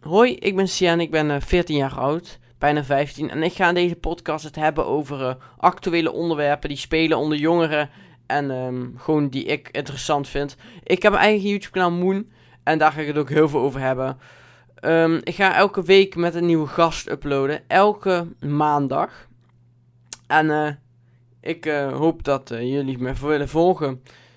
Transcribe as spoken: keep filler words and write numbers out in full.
Hoi, ik ben Sian, ik ben uh, veertien jaar oud, bijna vijftien. En ik ga in deze podcast het hebben over uh, actuele onderwerpen die spelen onder jongeren. En um, gewoon die ik interessant vind. Ik heb een eigen YouTube kanaal Moon. En daar ga ik het ook heel veel over hebben. Um, ik ga elke week met een nieuwe gast uploaden. Elke maandag. En uh, ik uh, hoop dat uh, jullie me willen volgen.